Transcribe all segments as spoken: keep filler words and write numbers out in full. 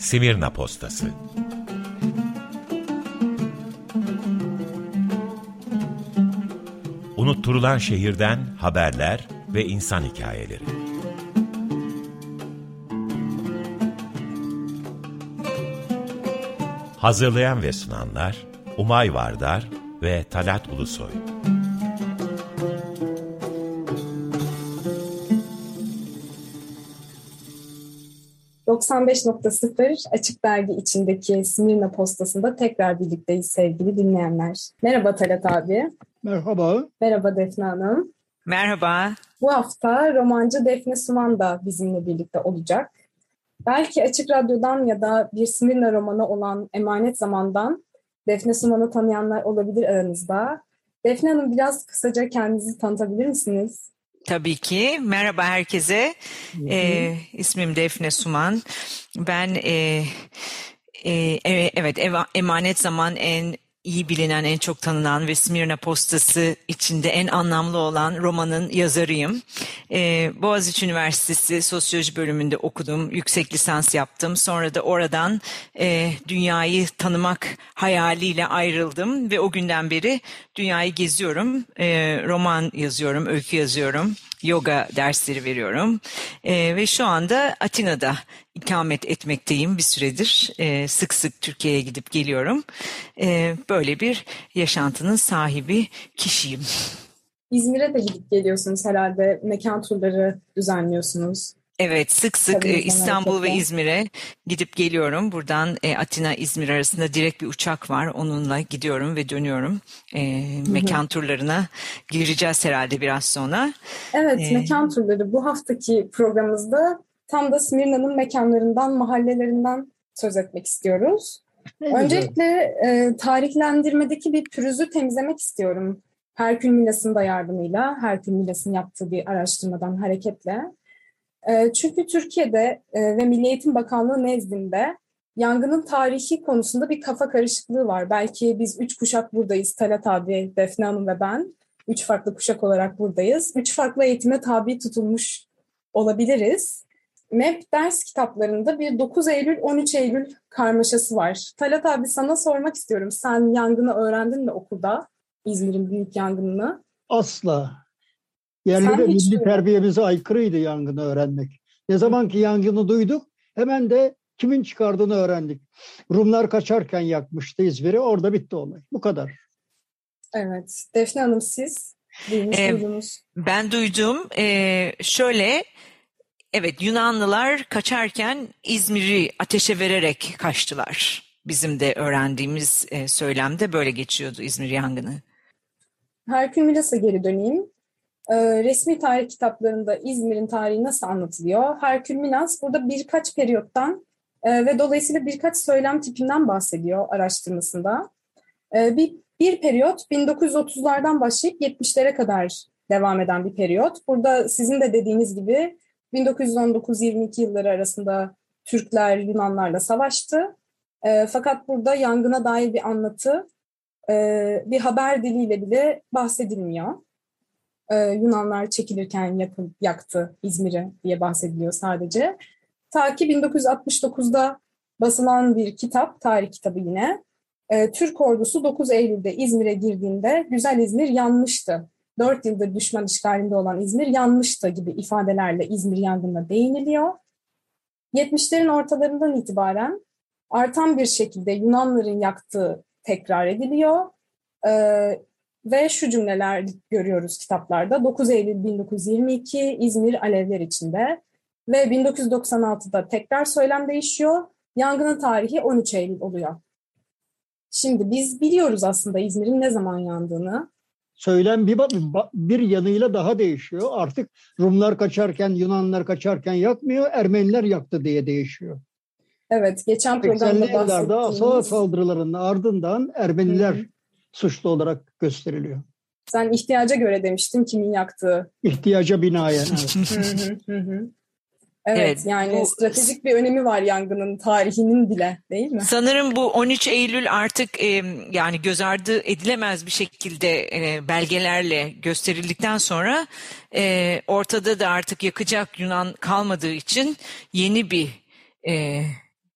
Simirna Postası. Unutturulan şehirden haberler ve insan hikayeleri. Hazırlayan ve sunanlar Umay Vardar ve Talat Ulusoy. doksan beş nokta sıfır Açık Dergi içindeki Simirna Postası'nda tekrar birlikteyiz sevgili dinleyenler. Merhaba Talat abi. Merhaba. Merhaba Defne Hanım. Merhaba. Bu hafta romancı Defne Suman da bizimle birlikte olacak. Belki Açık Radyo'dan ya da bir Simirna romanı olan Emanet Zaman'dan Defne Suman'ı tanıyanlar olabilir aranızda. Defne Hanım, biraz kısaca kendinizi tanıtabilir misiniz? Tabii ki. Merhaba herkese. Ee, ismim Defne Suman. Ben e, e, evet Emanet Zaman en iyi bilinen, en çok tanınan ve Simirna Postası içinde en anlamlı olan romanın yazarıyım. Ee, Boğaziçi Üniversitesi Sosyoloji bölümünde okudum, yüksek lisans yaptım. Sonra da oradan e, dünyayı tanımak hayaliyle ayrıldım ve o günden beri dünyayı geziyorum. E, roman yazıyorum, öykü yazıyorum, yoga dersleri veriyorum e, ve şu anda Atina'da ikamet etmekteyim bir süredir. E, sık sık Türkiye'ye gidip geliyorum. E, böyle bir yaşantının sahibi kişiyim. İzmir'e de gidip geliyorsunuz herhalde. Mekan turları düzenliyorsunuz. Evet, sık sık e, İstanbul ve İzmir'e gidip geliyorum. Buradan e, Atina-İzmir arasında direkt bir uçak var. Onunla gidiyorum ve dönüyorum. E, mekan turlarına gireceğiz herhalde biraz sonra. Evet, ee, mekan turları. Bu haftaki programımızda tam da Simirna'nın mekanlarından, mahallelerinden söz etmek istiyoruz. Öncelikle e, tarihlendirmedeki bir pürüzü temizlemek istiyorum. Herkül Milas'ın da yardımıyla, Herkül Milas'ın yaptığı bir araştırmadan hareketle. E, çünkü Türkiye'de e, ve Milli Eğitim Bakanlığı nezdinde yangının tarihi konusunda bir kafa karışıklığı var. Belki biz üç kuşak buradayız, Talat abi, Defne Hanım ve ben. Üç farklı kuşak olarak buradayız. Üç farklı eğitime tabi tutulmuş olabiliriz. M E P ders kitaplarında bir dokuz Eylül on üç Eylül karmaşası var. Talat abi, sana sormak istiyorum. Sen yangını öğrendin mi okulda? İzmir'in büyük yangınını. Asla. Yerli ve milli terbiyemize aykırıydı yangını öğrenmek. Ne zaman ki yangını duyduk, hemen de kimin çıkardığını öğrendik. Rumlar kaçarken yakmıştı İzmir'i, orada bitti olay. Bu kadar. Evet. Defne Hanım, siz duymuş ee, muydunuz? Ben duydum. Ee, şöyle, evet, Yunanlılar kaçarken İzmir'i ateşe vererek kaçtılar. Bizim de öğrendiğimiz e, söylemde böyle geçiyordu İzmir yangını. Herkül Milas'a geri döneyim. Ee, resmi tarih kitaplarında İzmir'in tarihi nasıl anlatılıyor? Herkül Milas burada birkaç periyottan e, ve dolayısıyla birkaç söylem tipinden bahsediyor araştırmasında. E, bir, bir periyot bin dokuz yüz otuzlardan başlayıp yetmişlere kadar devam eden bir periyot. Burada sizin de dediğiniz gibi bin dokuz yüz on dokuz yirmi iki yılları arasında Türkler Yunanlarla savaştı. E, fakat burada yangına dair bir anlatı, e, bir haber diliyle bile bahsedilmiyor. Ee, Yunanlar çekilirken yakın, yaktı İzmir'i diye bahsediliyor sadece. Ta ki bin dokuz yüz altmış dokuzda basılan bir kitap, tarih kitabı yine. Ee, Türk ordusu dokuz Eylül'de İzmir'e girdiğinde güzel İzmir yanmıştı. Dört yıldır düşman işgalinde olan İzmir yanmıştı gibi ifadelerle İzmir yangınına değiniliyor. yetmişlerin ortalarından itibaren artan bir şekilde Yunanların yaktığı tekrar ediliyor. Ee, Ve şu cümleler görüyoruz kitaplarda. dokuz Eylül bin dokuz yüz yirmi iki İzmir alevler içinde ve bin dokuz yüz doksan altıda tekrar söylem değişiyor. Yangının tarihi on üç Eylül oluyor. Şimdi biz biliyoruz aslında İzmir'in ne zaman yandığını. Söylem bir, bir yanıyla daha değişiyor. Artık Rumlar kaçarken, Yunanlar kaçarken yakmıyor, Ermeniler yaktı diye değişiyor. Evet, geçen programda seksenli yıllarda bahsettiğimiz... Asala saldırılarının ardından Ermeniler Hı-hı. suçlu olarak gösteriliyor. Sen ihtiyaca göre demiştin kimin yaktığı. İhtiyaca binaen. Evet. hı hı hı. Evet, Evet, yani bu, stratejik bir önemi var yangının tarihinin bile, değil mi? Sanırım bu on üç Eylül artık e, yani göz ardı edilemez bir şekilde e, belgelerle gösterildikten sonra e, ortada da artık yakacak Yunan kalmadığı için yeni bir e,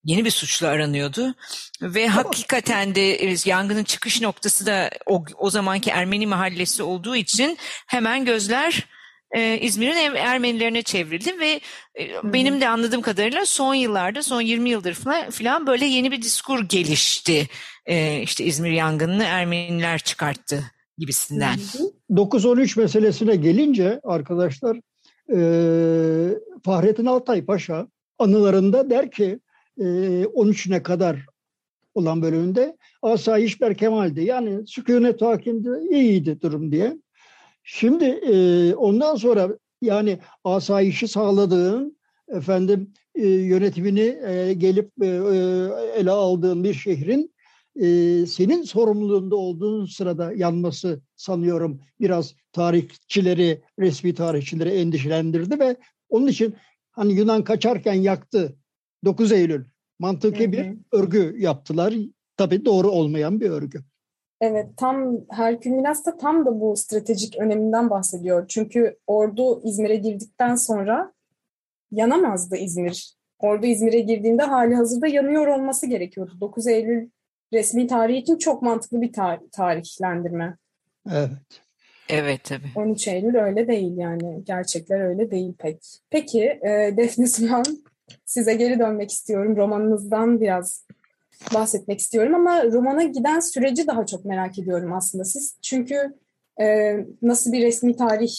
yeni bir suçlu aranıyordu ve hakikaten de yangının çıkış noktası da o, o zamanki Ermeni mahallesi olduğu için hemen gözler e, İzmir'in Ermenilerine çevrildi ve e, benim de anladığım kadarıyla son yıllarda, son yirmi yıldır falan, falan böyle yeni bir diskur gelişti. E, işte İzmir yangınını Ermeniler çıkarttı gibisinden. dokuz on üç meselesine gelince arkadaşlar, e, Fahrettin Altay Paşa anılarında der ki e, on üçüne kadar olan bölümünde asayiş berkemaldi. Yani sükunet hakimdi, iyiydi durum diye. Şimdi e, ondan sonra yani asayişi sağladığın, efendim e, yönetimini e, gelip e, ele aldığın bir şehrin e, senin sorumluluğunda olduğun sırada yanması sanıyorum biraz tarihçileri, resmi tarihçileri endişelendirdi ve onun için hani Yunan kaçarken yaktı dokuz Eylül mantıki bir örgü yaptılar. Tabii doğru olmayan bir örgü. Evet, tam Herkül Milas da tam da bu stratejik öneminden bahsediyor. Çünkü ordu İzmir'e girdikten sonra yanamazdı İzmir. Ordu İzmir'e girdiğinde hali hazırda yanıyor olması gerekiyordu. dokuz Eylül resmi tarihi için çok mantıklı bir tar- tarihlendirme. Evet. Evet tabii. on üç Eylül öyle değil yani. Gerçekler öyle değil pek. Peki e, Defne Suman, size geri dönmek istiyorum. Romanınızdan biraz bahsetmek istiyorum ama romana giden süreci daha çok merak ediyorum aslında siz. Çünkü e, nasıl bir resmi tarihe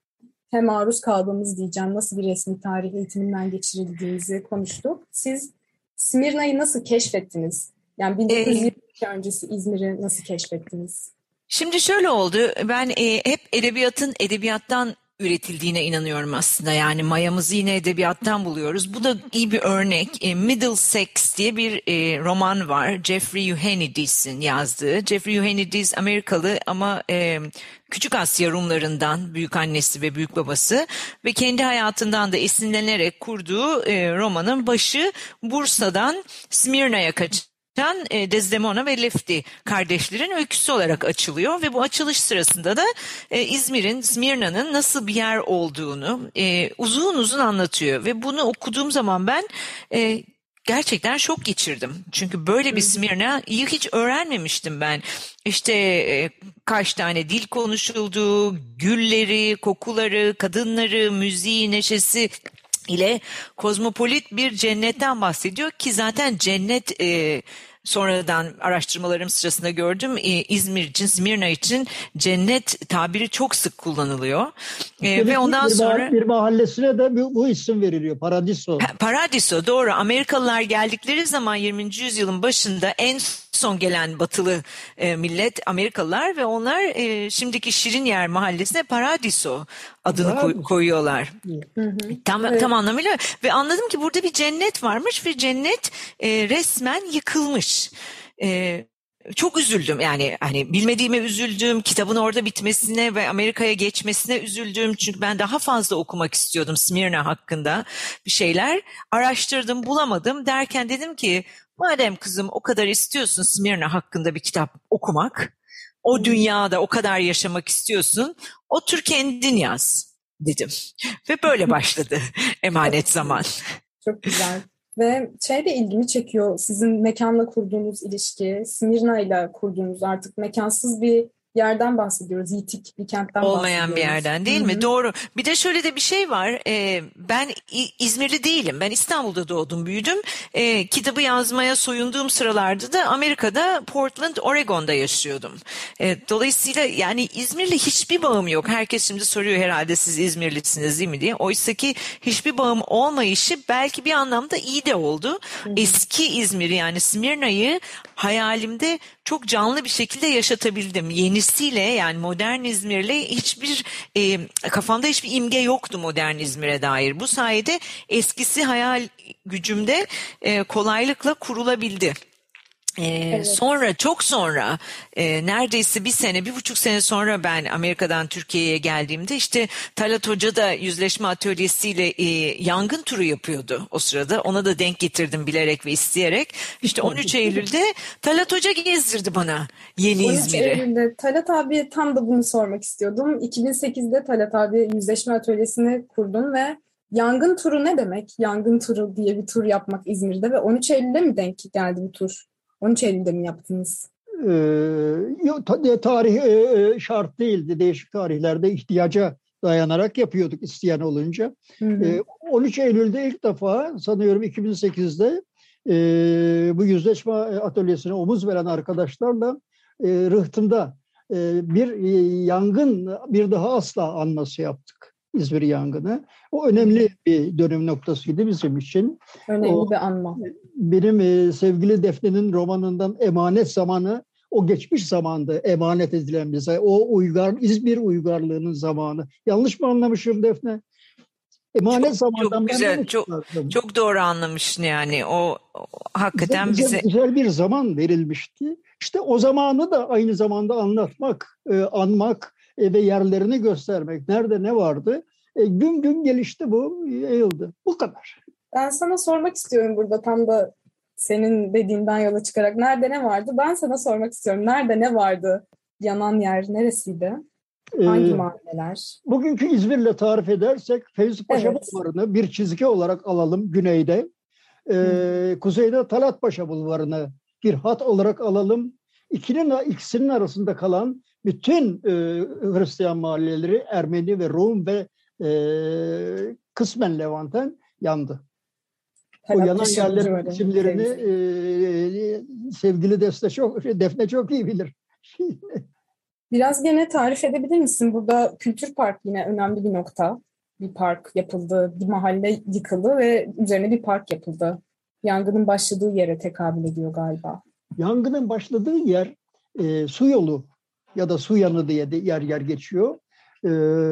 maruz kaldığımız diyeceğim, nasıl bir resmi tarih eğitiminden geçirildiğinizi konuştuk. Siz Smirna'yı nasıl keşfettiniz? Yani bin dokuz yüz yirmi ee, öncesi İzmir'i nasıl keşfettiniz? Şimdi şöyle oldu, ben e, hep edebiyatın edebiyattan üretildiğine inanıyorum aslında. Yani mayamızı yine edebiyattan buluyoruz. Bu da iyi bir örnek. E, Middlesex diye bir e, roman var. Jeffrey Eugenides'in yazdığı. Jeffrey Eugenides Amerikalı ama e, Küçük Asya Rumlarından büyük annesi ve büyük babası ve kendi hayatından da esinlenerek kurduğu e, romanın başı Bursa'dan Smirna'ya kaçıyor. Desdemona ve Lefty kardeşlerin öyküsü olarak açılıyor ve bu açılış sırasında da e, İzmir'in, Smirna'nın nasıl bir yer olduğunu e, uzun uzun anlatıyor ve bunu okuduğum zaman ben e, gerçekten şok geçirdim. Çünkü böyle bir Smirna'yı hiç öğrenmemiştim ben. İşte e, kaç tane dil konuşulduğu, gülleri, kokuları, kadınları, müziği, neşesi ile kozmopolit bir cennetten bahsediyor ki zaten cennet e, sonradan araştırmalarım sırasında gördüm e, İzmir için, Smirna için cennet tabiri çok sık kullanılıyor e, ve ondan bir sonra bir mahallesine de bu, bu isim veriliyor, Paradiso. Paradiso, doğru. Amerikalılar geldikleri zaman yirminci yüzyılın başında en son gelen batılı e, millet Amerikalılar ve onlar e, şimdiki Şirinyer mahallesine Paradiso adını koy, koyuyorlar. Hı hı. Tam, evet. tam anlamıyla ve anladım ki burada bir cennet varmış ve cennet e, resmen yıkılmış. E, Çok üzüldüm yani hani bilmediğime üzüldüm, kitabın orada bitmesine ve Amerika'ya geçmesine üzüldüm çünkü ben daha fazla okumak istiyordum Smirna hakkında bir şeyler. Araştırdım, bulamadım derken dedim ki madem kızım o kadar istiyorsun Smirna hakkında bir kitap okumak, o hmm. dünyada o kadar yaşamak istiyorsun, otur kendin yaz dedim ve böyle başladı Emanet Zaman. Çok güzel. Ve şey de ilgimi çekiyor, sizin mekanla kurduğunuz ilişki, Smirna ile kurduğunuz artık mekansız bir yerden bahsediyoruz, yitik bir kentten olmayan bahsediyoruz. Olmayan bir yerden değil Hı-hı. mi? Doğru. Bir de şöyle de bir şey var, ee, ben İzmirli değilim, ben İstanbul'da doğdum, büyüdüm. Ee, kitabı yazmaya soyunduğum sıralarda da Amerika'da Portland, Oregon'da yaşıyordum. Ee, dolayısıyla yani İzmir'le hiçbir bağım yok. Herkes şimdi soruyor herhalde siz İzmirlisiniz değil mi diye. Oysa ki hiçbir bağım olmayışı belki bir anlamda iyi de oldu. Hı-hı. Eski İzmir'i yani Smirna'yı hayalimde çok canlı bir şekilde yaşatabildim. Yenisiyle yani modern İzmir'le hiçbir e, kafamda hiçbir imge yoktu modern İzmir'e dair. Bu sayede eskisi hayal gücümde e, kolaylıkla kurulabildi. Ee, evet. Sonra çok sonra e, neredeyse bir sene bir buçuk sene sonra ben Amerika'dan Türkiye'ye geldiğimde işte Talat Hoca da yüzleşme atölyesiyle e, yangın turu yapıyordu o sırada, ona da denk getirdim bilerek ve isteyerek. İşte on üç Eylül'de Talat Hoca gezdirdi bana yeni İzmir'i. on üç Eylül'de Talat abi tam da bunu sormak istiyordum. iki bin sekizde Talat abi yüzleşme atölyesini kurdun ve Yangın turu ne demek? Yangın turu diye bir tur yapmak İzmir'de ve on üç Eylül'de mi denk geldi bu tur? on üç Eylül'de mi yaptınız? Ee, yok, ta- tarih e, şart değildi. Değişik tarihlerde ihtiyaca dayanarak yapıyorduk isteyen olunca. Hı hı. Ee, on üç Eylül'de ilk defa sanıyorum iki bin sekizde e, bu yüzleşme atölyesine omuz veren arkadaşlarla e, Rıhtım'da e, bir e, yangın bir daha asla anması yaptık. İzmir yangını. O önemli bir dönüm noktasıydı bizim için. Önemli O, bir anma. benim e, sevgili Defne'nin romanından Emanet Zamanı, o geçmiş zamanda emanet edilen bize, o uygar, İzmir uygarlığının zamanı. Yanlış mı anlamışım Defne? Emanet Çok, zamandan çok ben güzel, bunu çok çıkardım. çok doğru anlamışsın yani. O, o hakikaten Bize, bize bize güzel bir zaman verilmişti. İşte o zamanı da aynı zamanda anlatmak, e, anmak e, ve yerlerini göstermek. Nerede ne vardı? E, gün gün gelişti bu, yayıldı. Bu kadar. Ben sana sormak istiyorum burada tam da senin dediğinden yola çıkarak. Nerede ne vardı? Ben sana sormak istiyorum. Nerede ne vardı? Yanan yer neresiydi? Hangi E, mahalleler? Bugünkü İzmir'le tarif edersek Fevzi Paşa Evet. Bulvarı'nı bir çizgi olarak alalım güneyde. E, kuzeyde Talat Paşa Bulvarı'nı bir hat olarak alalım. İkinin, ikisinin arasında kalan bütün e, Hristiyan mahalleleri Ermeni ve Rum ve e, kısmen Levanten yandı. O Talat yanan Paşa yerlerin civarı, isimlerini Fevzi. e, sevgili Defne çok, Defne çok iyi bilir. Biraz gene tarif edebilir misin? Burada Kültür Park yine önemli bir nokta. Bir park yapıldı, bir mahalle yıkıldı ve üzerine bir park yapıldı. Yangının başladığı yere tekabül ediyor galiba. Yangının başladığı yer e, su yolu ya da su yanı diye de yer yer geçiyor. E,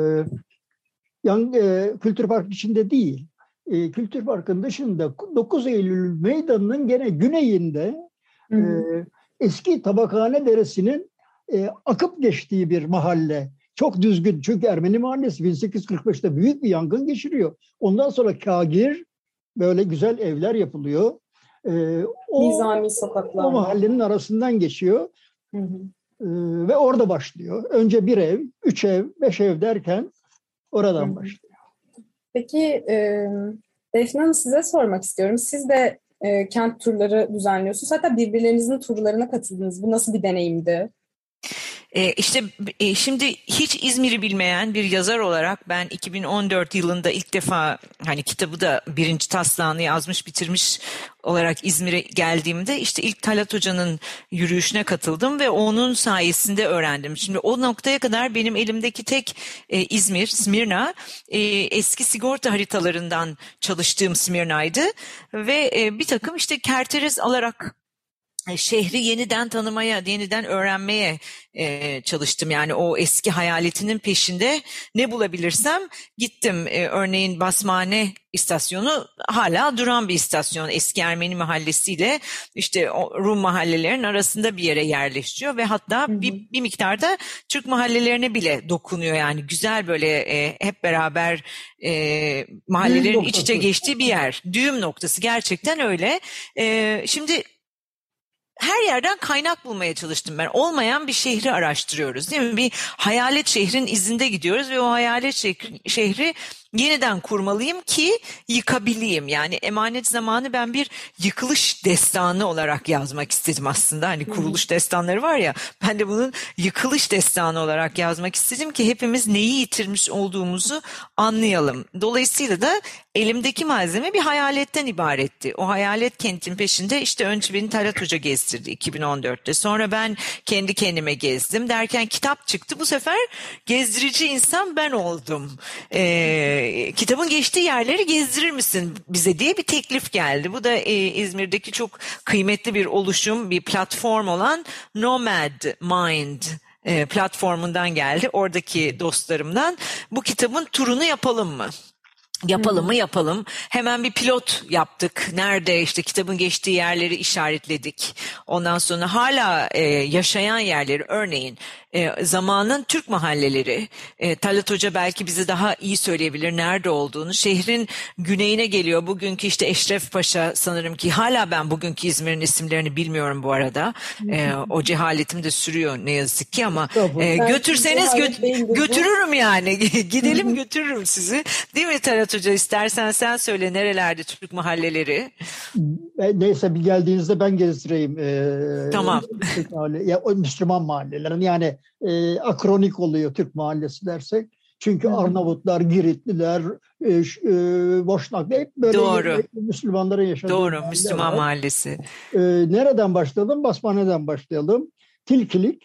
yan, e, Kültür Park içinde değil. E, Kültür Park'ın dışında dokuz Eylül Meydanı'nın gene güneyinde e, eski Tabakhane Deresi'nin e, akıp geçtiği bir mahalle. Çok düzgün. Çünkü Ermeni Mahallesi bin sekiz yüz kırk beşte büyük bir yangın geçiriyor. Ondan sonra kagir böyle güzel evler yapılıyor. E, o, Nizami sokaklar. o mahallenin arasından geçiyor. Hı hı. E, ve orada başlıyor. Önce bir ev, üç ev, beş ev derken oradan Hı hı. başlıyor. Peki e, Defne Hanım, size sormak istiyorum. Siz de e, kent turları düzenliyorsunuz. Hatta birbirlerinizin turlarına katıldınız. Bu nasıl bir deneyimdi? E, işte e, şimdi hiç İzmir'i bilmeyen bir yazar olarak ben iki bin on dört yılında ilk defa hani kitabı da birinci taslağını yazmış bitirmiş olarak İzmir'e geldiğimde işte ilk Talat Hoca'nın yürüyüşüne katıldım ve onun sayesinde öğrendim. Şimdi o noktaya kadar benim elimdeki tek e, İzmir, Smirna e, eski sigorta haritalarından çalıştığım Smirna'ydı ve e, bir takım işte kerteriz alarak şehri yeniden tanımaya, yeniden öğrenmeye e, çalıştım. Yani o eski hayaletinin peşinde ne bulabilirsem gittim. E, örneğin Basmane istasyonu hala duran bir istasyon. Eski Ermeni mahallesiyle işte o Rum mahallelerinin arasında bir yere yerleşiyor ve hatta Hı hı. bir, bir miktarda Türk mahallelerine bile dokunuyor. Yani güzel böyle e, hep beraber e, mahallelerin iç içe geçtiği bir yer. Düğüm noktası, gerçekten öyle. E, şimdi her yerden kaynak bulmaya çalıştım ben. Olmayan bir şehri araştırıyoruz, değil mi? Bir hayalet şehrin izinde gidiyoruz ve o hayalet şehri, şehri yeniden kurmalıyım ki yıkabileyim. Yani Emanet Zamanı ben bir yıkılış destanı olarak yazmak istedim aslında. Hani kuruluş destanları var ya, ben de bunun yıkılış destanı olarak yazmak istedim ki hepimiz neyi yitirmiş olduğumuzu anlayalım. Dolayısıyla da elimdeki malzeme bir hayaletten ibaretti. O hayalet kentin peşinde işte önce beni Talat Hoca gezdirdi iki bin on dörtte. Sonra ben kendi kendime gezdim derken kitap çıktı. Bu sefer gezdirici insan ben oldum. Eee kitabın geçtiği yerleri gezdirir misin bize diye bir teklif geldi. Bu da e, İzmir'deki çok kıymetli bir oluşum, bir platform olan Nomad Mind e, platformundan geldi. Oradaki dostlarımdan bu kitabın turunu yapalım mı? Yapalım mı yapalım. Hemen bir pilot yaptık. Nerede işte kitabın geçtiği yerleri işaretledik. Ondan sonra hala e, yaşayan yerleri, örneğin e, zamanın Türk mahalleleri. E, Talat Hoca belki bize daha iyi söyleyebilir nerede olduğunu. Şehrin güneyine geliyor. Bugünkü işte Eşref Paşa sanırım ki, hala ben bugünkü İzmir'in isimlerini bilmiyorum bu arada. E, o cehaletim de sürüyor ne yazık ki ama e, götürseniz gö- götürürüm yani. Gidelim götürürüm sizi. Değil mi Talat Talat Hoca, istersen sen söyle nerelerde Türk mahalleleri? E, Neyse, bir geldiğinizde ben gezdireyim. Ee, Tamam. Türk mahalle, ya, o Müslüman mahallelerin, yani e, akronik oluyor Türk mahallesi dersek. Çünkü Hı. Arnavutlar, Giritliler, e, ş- e, Boşnaklar hep böyle Doğru. Müslümanların yaşadığı Doğru, mahalle Müslüman var. mahallesi. E, nereden başlayalım? Basmane'den başlayalım. Tilkilik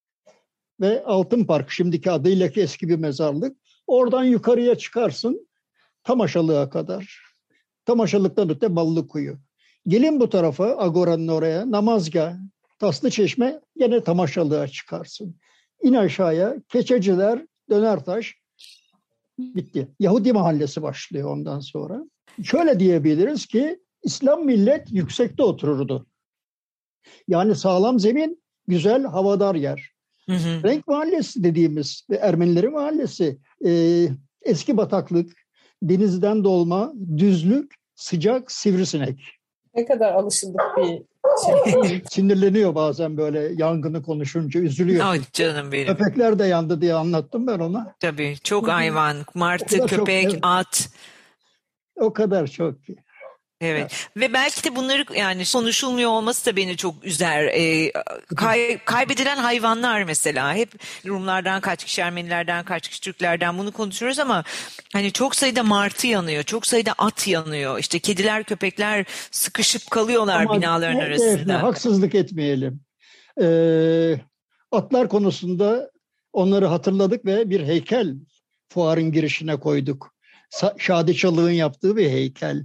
ve Altın Park, şimdiki adıyla ki eski bir mezarlık. Oradan yukarıya çıkarsın Tamaşalık'a kadar. Tamaşalık'tan öte Ballıkuyu. Gelin bu tarafa, Agora'nın oraya, Namazgah, Taslıçeşme, gene Tamaşalık'a çıkarsın. İn aşağıya, Keçeciler, Dönertaş, bitti. Yahudi mahallesi başlıyor ondan sonra. Şöyle diyebiliriz ki İslam millet yüksekte otururdu. Yani sağlam zemin, güzel havadar yer. Hı hı. Renk mahallesi dediğimiz ve Ermenilerin mahallesi, e, eski bataklık, denizden dolma, düzlük, sıcak, sivrisinek. Ne kadar alışıldık bir şey değil mi? Sinirleniyor bazen böyle yangını konuşunca, üzülüyor. Ay canım benim. Köpekler de yandı diye anlattım ben ona. Tabii çok hayvan, O martı, kadar çok, köpek, evet. at. O kadar çok ki. Evet. Ve belki de bunları yani konuşulmuyor olması da beni çok üzer. Ee, kay- kaybedilen hayvanlar mesela. Hep Rumlardan kaç kişi, Ermenilerden kaç kişi, Türklerden bunu konuşuyoruz ama hani çok sayıda martı yanıyor, çok sayıda at yanıyor. İşte kediler, köpekler sıkışıp kalıyorlar Ama binaların Defne, arasında. haksızlık etmeyelim. Ee, atlar konusunda onları hatırladık ve bir heykel fuarın girişine koyduk. Sa- Şadi Çalık'ın yaptığı bir heykel.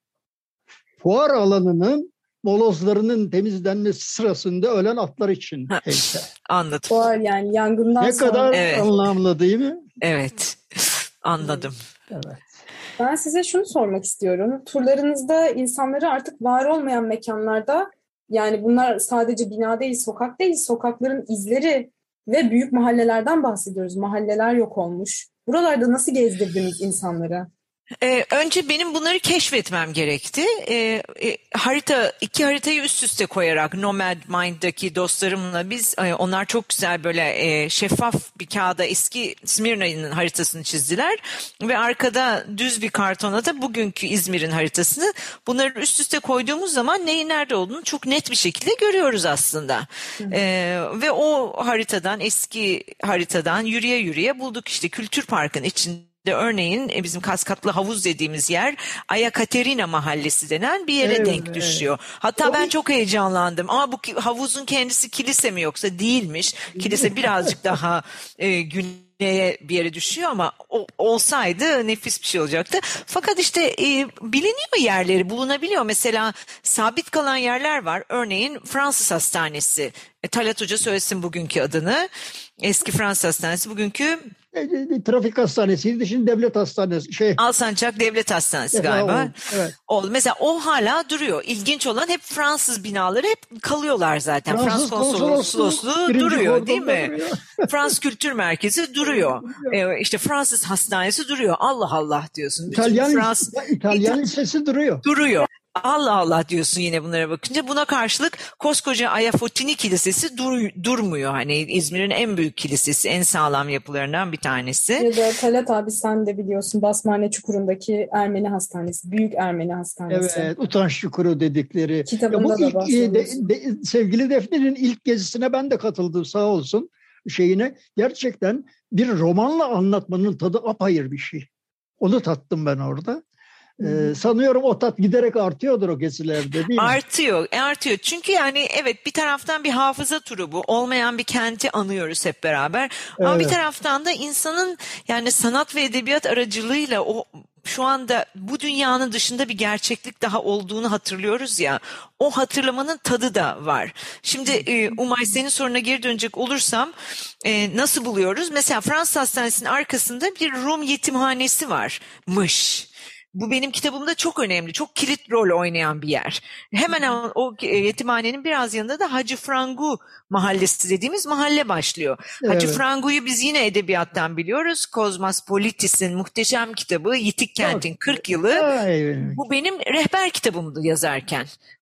Fuar alanının molozlarının temizlenmesi sırasında ölen atlar için Ha, heykel. Anladım. Var yani yangından Ne sonra. kadar Evet. anlamlı değil mi? Evet. Anladım. Evet. Ben size şunu sormak istiyorum. Turlarınızda insanları artık var olmayan mekanlarda, yani bunlar sadece bina değil, sokak değil, sokakların izleri ve büyük mahallelerden bahsediyoruz. Mahalleler yok olmuş. Buralarda nasıl gezdirdiniz insanları? Ee, önce benim bunları keşfetmem gerekti. Ee, e, harita iki haritayı üst üste koyarak Nomad Mind'daki dostlarımla biz e, onlar çok güzel böyle e, şeffaf bir kağıda eski Smirna'nın haritasını çizdiler ve arkada düz bir kartona da bugünkü İzmir'in haritasını, bunları üst üste koyduğumuz zaman neyin nerede olduğunu çok net bir şekilde görüyoruz aslında. Ee, ve o haritadan, eski haritadan yürüye yürüye bulduk işte Kültür Park'ın içinde. Örneğin bizim Kaskatlı Havuz dediğimiz yer Aya Katerina Mahallesi denen bir yere Evet, denk düşüyor. Hatta ben çok heyecanlandım. Ama bu havuzun kendisi kilise mi yoksa değilmiş. Kilise birazcık daha e, güneye bir yere düşüyor ama o, olsaydı nefis bir şey olacaktı. Fakat işte e, biliniyor, yerleri bulunabiliyor. Mesela sabit kalan yerler var. Örneğin Fransız Hastanesi. E, Talat Hoca söylesin bugünkü adını. Eski Fransız Hastanesi bugünkü E, e, Trafik hastanesiydi, şimdi devlet hastanesi. Şey, Alsancak Devlet Hastanesi galiba. Evet. O, mesela o hala duruyor. İlginç olan hep Fransız binaları hep kalıyorlar zaten. Fransız Fransız konsolosluğu birinci duruyor değil kordonda mi? duruyor. Fransız Kültür Merkezi duruyor. Ee, işte Fransız Hastanesi duruyor. Allah Allah diyorsun. Bütün İtalyan, Fransız İtalyan lisesi duruyor. duruyor. Allah Allah diyorsun yine bunlara bakınca. Buna karşılık koskoca Ayafotini Kilisesi dur, durmuyor. Hani İzmir'in en büyük kilisesi, en sağlam yapılarından bir tanesi. Ya da Talat abi, sen de biliyorsun Basmane Çukuru'ndaki Ermeni Hastanesi, Büyük Ermeni Hastanesi. Evet, utanç çukuru dedikleri. Kitabında Ya bu da ilk, de, bahsediyorsun. de, sevgili Defne'nin ilk gezisine ben de katıldım, sağ olsun şeyine. Gerçekten bir romanla anlatmanın tadı apayrı bir şey. Onu tattım ben orada. Ee, sanıyorum o tat giderek artıyordur o gezilerde, değil mi? Artıyor, artıyor. Çünkü yani evet, bir taraftan bir hafıza turu bu. Olmayan bir kenti anıyoruz hep beraber. Ama Evet. bir taraftan da insanın yani sanat ve edebiyat aracılığıyla o şu anda bu dünyanın dışında bir gerçeklik daha olduğunu hatırlıyoruz ya. O hatırlamanın tadı da var. Şimdi e, Umay, senin soruna geri dönecek olursam e, nasıl buluyoruz? Mesela Fransız Hastanesi'nin arkasında bir Rum yetimhanesi varmış. Bu benim kitabımda çok önemli, çok kilit rol oynayan bir yer. Hemen o, o yetimhanenin biraz yanında da Hacı Frangu Mahallesi dediğimiz mahalle başlıyor. Evet. Hacı Frangu'yu biz yine edebiyattan biliyoruz. Kozmas Politis'in muhteşem kitabı Yitik Kent'in kırk yılı. Ay, Bu benim rehber kitabımdı yazarken.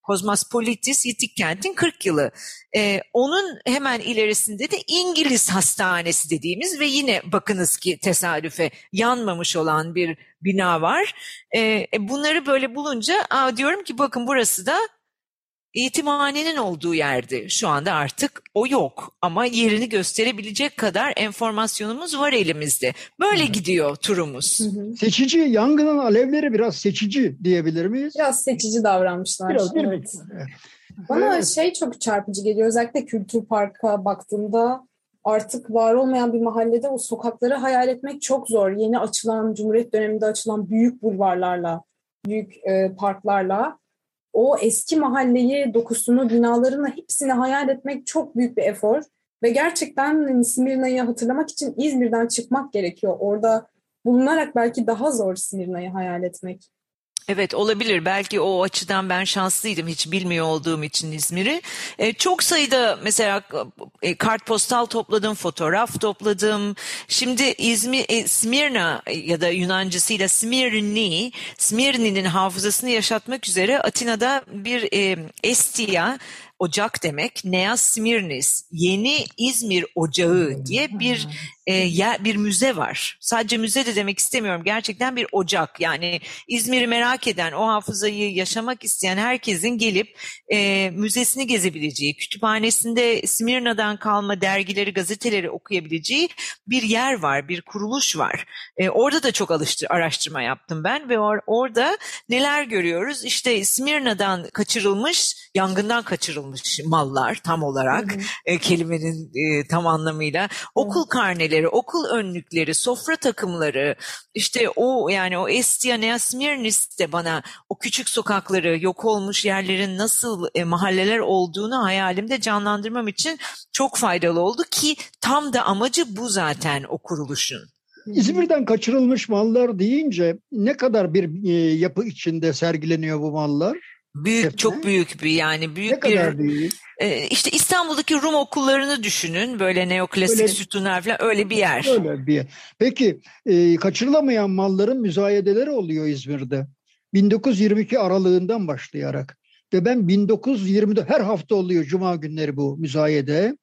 Kozmopolitis Yitik Kent'in kırk yılı. Ee, onun hemen ilerisinde de İngiliz Hastanesi dediğimiz ve yine bakınız ki tesadüfe yanmamış olan bir bina var. Ee, bunları böyle bulunca aa, diyorum ki bakın burası da eğitimhanenin olduğu yerdi. Şu anda artık o yok ama yerini gösterebilecek kadar enformasyonumuz var elimizde. Böyle evet. gidiyor turumuz. Hı hı. Seçici, yangının alevleri biraz seçici diyebilir miyiz? Biraz seçici davranmışlar. Biraz değil evet. mi? Bana evet. şey çok çarpıcı geliyor. Özellikle Kültür Park'a baktığımda artık var olmayan bir mahallede o sokakları hayal etmek çok zor. Yeni açılan, Cumhuriyet döneminde açılan büyük bulvarlarla, büyük e, parklarla o eski mahalleyi, dokusunu, binalarını hepsini hayal etmek çok büyük bir efor. Ve gerçekten Smirna'yı hatırlamak için İzmir'den çıkmak gerekiyor. Orada bulunarak belki daha zor Smirna'yı hayal etmek. Evet olabilir. Belki o açıdan ben şanslıydım hiç bilmiyor olduğum için İzmir'i. E, çok sayıda mesela e, kartpostal topladım, fotoğraf topladım. Şimdi İzmir, e, Smirna ya da Yunancasıyla Smirni, Smirni'nin hafızasını yaşatmak üzere Atina'da bir e, Estia, ocak demek, Nea Smirnis, Yeni İzmir Ocağı diye bir e, yer, bir müze var. Sadece müze de demek istemiyorum. Gerçekten bir ocak. Yani İzmir'i merak eden, o hafızayı yaşamak isteyen herkesin gelip e, müzesini gezebileceği, kütüphanesinde Smirna'dan kalma dergileri, gazeteleri okuyabileceği bir yer var, bir kuruluş var. E, orada da çok alıştır, araştırma yaptım ben ve or- orada neler görüyoruz? İşte Smirna'dan kaçırılmış, yangından kaçırılmış mallar tam olarak hı hı. E, kelimenin e, tam anlamıyla okul hı. karneleri, okul önlükleri, sofra takımları, işte o yani o Estia Nea Smirnis de bana o küçük sokakları, yok olmuş yerlerin nasıl e, mahalleler olduğunu hayalimde canlandırmam için çok faydalı oldu ki tam da amacı bu zaten o kuruluşun. İzmir'den kaçırılmış mallar deyince ne kadar bir e, yapı içinde sergileniyor bu mallar? Büyük, Defne. Çok büyük bir yani büyük ne bir kadar büyük? E, işte İstanbul'daki Rum okullarını düşünün, böyle neoklasik öyle, sütunlar falan, öyle bir yer. Öyle bir yer. Peki e, kaçırılamayan malların müzayedeleri oluyor İzmir'de. bin dokuz yüz yirmi iki aralığından başlayarak ve ben bin dokuz yüz yirmide her hafta oluyor Cuma günleri bu müzayede.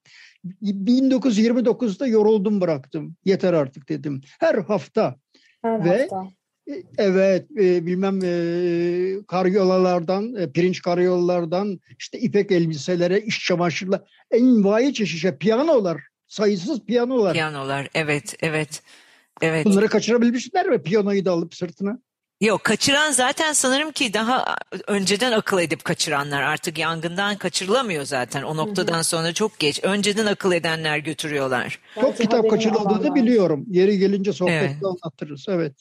bin dokuz yüz yirmi dokuzda yoruldum bıraktım. Yeter artık dedim. Her hafta. Her ve hafta. Evet, e, bilmem e, karyolalardan, e, pirinç karyolalardan, işte ipek elbiselere, iş çamaşırlar, envai çeşit piyanolar, sayısız piyanolar. Piyanolar, evet, evet, evet. Bunları kaçırabilmişler mi? Piyanoyu da alıp sırtına. Yok, kaçıran zaten sanırım ki daha önceden akıl edip kaçıranlar, artık yangından kaçırılamıyor zaten. O noktadan sonra çok geç. Önceden akıl edenler götürüyorlar. Çok belki kitap kaçırıldığını biliyorum. Yeri gelince sohbette evet. anlatırız. Evet.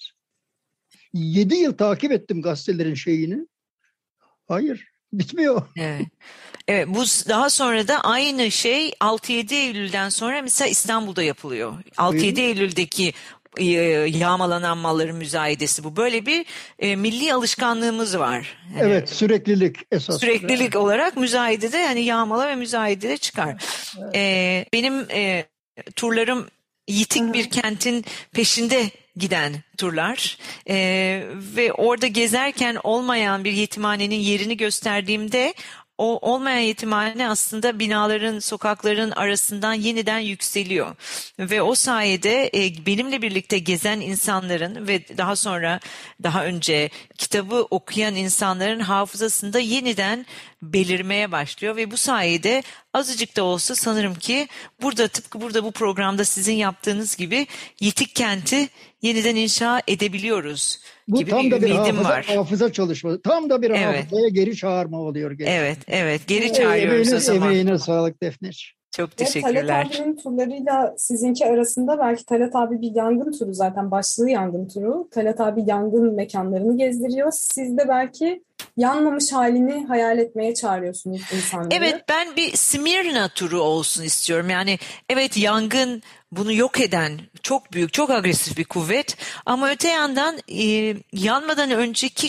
Yedi yıl takip ettim gazetelerin şeyini. Hayır, bitmiyor. Evet. Evet, bu daha sonra da aynı şey altı yedi Eylül'den sonra mesela İstanbul'da yapılıyor. altı yedi Eylül'deki e, yağmalanan malların müzayedesi bu. Böyle bir e, milli alışkanlığımız var. Yani, evet, süreklilik esas. Süreklilik evet. olarak müzayedede yani yağmala ve müzayedede çıkar. Evet. E, benim e, turlarım yitik bir kentin peşinde giden turlar ee, ve orada gezerken olmayan bir yetimhanenin yerini gösterdiğimde o olmayan yetimhane aslında binaların, sokakların arasından yeniden yükseliyor ve o sayede e, benimle birlikte gezen insanların ve daha sonra daha önce kitabı okuyan insanların hafızasında yeniden belirmeye başlıyor ve bu sayede azıcık da olsa sanırım ki burada tıpkı burada bu programda sizin yaptığınız gibi yitik kenti yeniden inşa edebiliyoruz bu gibi tam bir da bir ümidim hafıza, var. hafıza çalışması. Tam da bir evet. hafızaya geri çağırma oluyor. Geri. Evet, evet. Geri çağırıyoruz emeğine, o zaman. Emeğine sağlık Defne'ciğim. Çok teşekkürler. Talat abinin turlarıyla sizinki arasında belki Talat abi bir yangın turu, zaten başlığı yangın turu. Talat abi yangın mekanlarını gezdiriyor. Siz de belki yanmamış halini hayal etmeye çağırıyorsunuz insanları. Evet, ben bir Smirna turu olsun istiyorum. Yani evet, yangın bunu yok eden çok büyük, çok agresif bir kuvvet. Ama öte yandan e, yanmadan önceki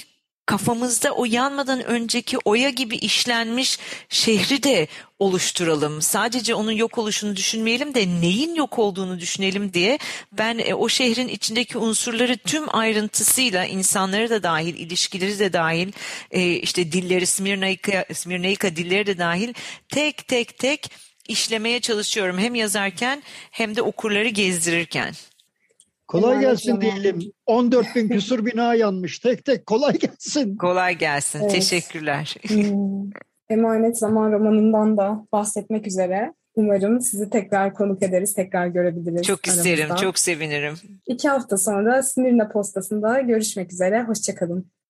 kafamızda o yanmadan önceki Oya gibi işlenmiş şehri de oluşturalım. Sadece onun yok oluşunu düşünmeyelim de neyin yok olduğunu düşünelim diye ben e, o şehrin içindeki unsurları tüm ayrıntısıyla, insanları da dahil, ilişkileri de dahil, e, işte dilleri, Smirnaika, Smirnaika dilleri de dahil tek tek tek işlemeye çalışıyorum. Hem yazarken hem de okurları gezdirirken. Kolay gelsin diyelim. on dört bin küsur bina yanmış. Tek tek kolay gelsin. Kolay gelsin. Evet. Teşekkürler. Hmm. Emanet Zaman romanından da bahsetmek üzere. Umarım sizi tekrar konuk ederiz, tekrar görebiliriz. Çok isterim, aramızda. Çok sevinirim. İki hafta sonra Smirna Postası'nda görüşmek üzere. Hoşça kalın.